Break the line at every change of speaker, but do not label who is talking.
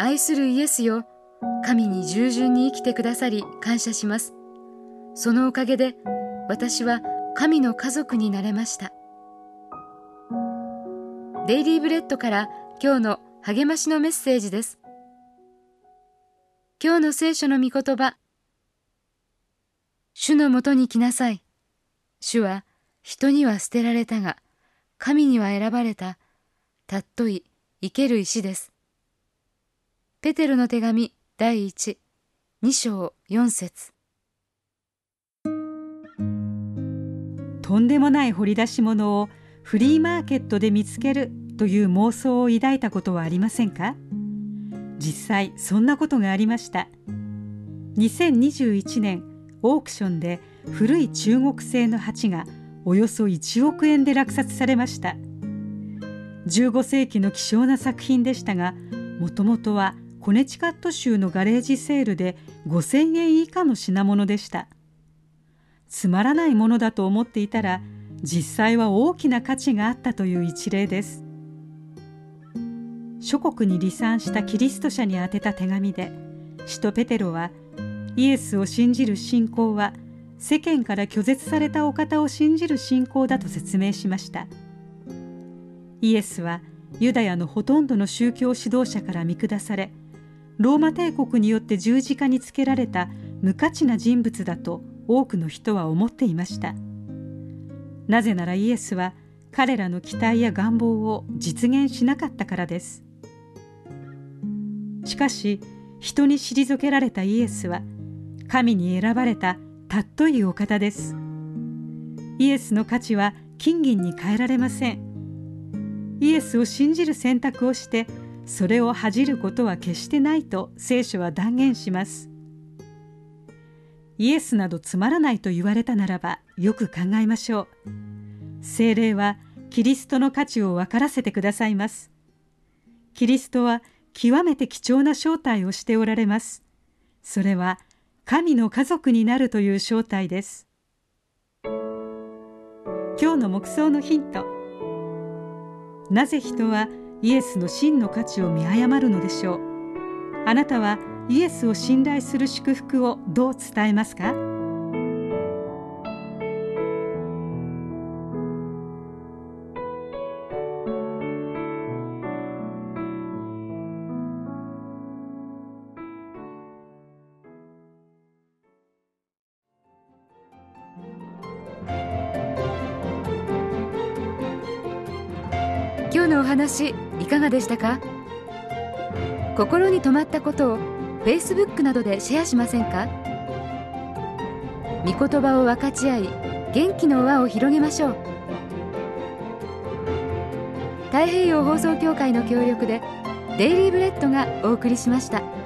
愛するイエスよ、神に従順に生きてくださり感謝します。そのおかげで私は神の家族になれました。デイリーブレッドから今日の励ましのメッセージです。今日の聖書の御言葉。主のもとに来なさい。主は人には捨てられたが、神には選ばれた、尊い生ける石です。ペテロの手紙第1、2章4節。
とんでもない掘り出し物をフリーマーケットで見つけるという妄想を抱いたことはありませんか？実際そんなことがありました。2021年オークションで古い中国製の鉢がおよそ1億円で落札されました。15世紀の希少な作品でしたが、もともとはコネチカット州のガレージセールで5000円以下の品物でした。つまらないものだと思っていたら、実際は大きな価値があったという一例です。諸国に離散したキリスト者に宛てた手紙で、使徒ペテロは、イエスを信じる信仰は世間から拒絶されたお方を信じる信仰だと説明しました。イエスはユダヤのほとんどの宗教指導者から見下され、ローマ帝国によって十字架につけられた無価値な人物だと多くの人は思っていました。なぜならイエスは彼らの期待や願望を実現しなかったからです。しかし、人に退けられたイエスは神に選ばれた尊いお方です。イエスの価値は金銀に換えられません。イエスを信じる選択をして、それを恥じることは決してないと聖書は断言します。イエスなどつまらないと言われたならば、よく考えましょう。聖霊はキリストの価値を分からせてくださいます。キリストは極めて貴重な招待をしておられます。それは神の家族になるという招待です。今日の黙想のヒント。なぜ人はイエスの真の価値を見誤るのでしょう。あなたはイエスを信頼する祝福をどう伝えますか？
今日のお話いかがでしたか？心に留まったことを Facebook などでシェアしませんか？御言葉を分かち合い、元気の輪を広げましょう。太平洋放送協会の協力でデイリーブレッドがお送りしました。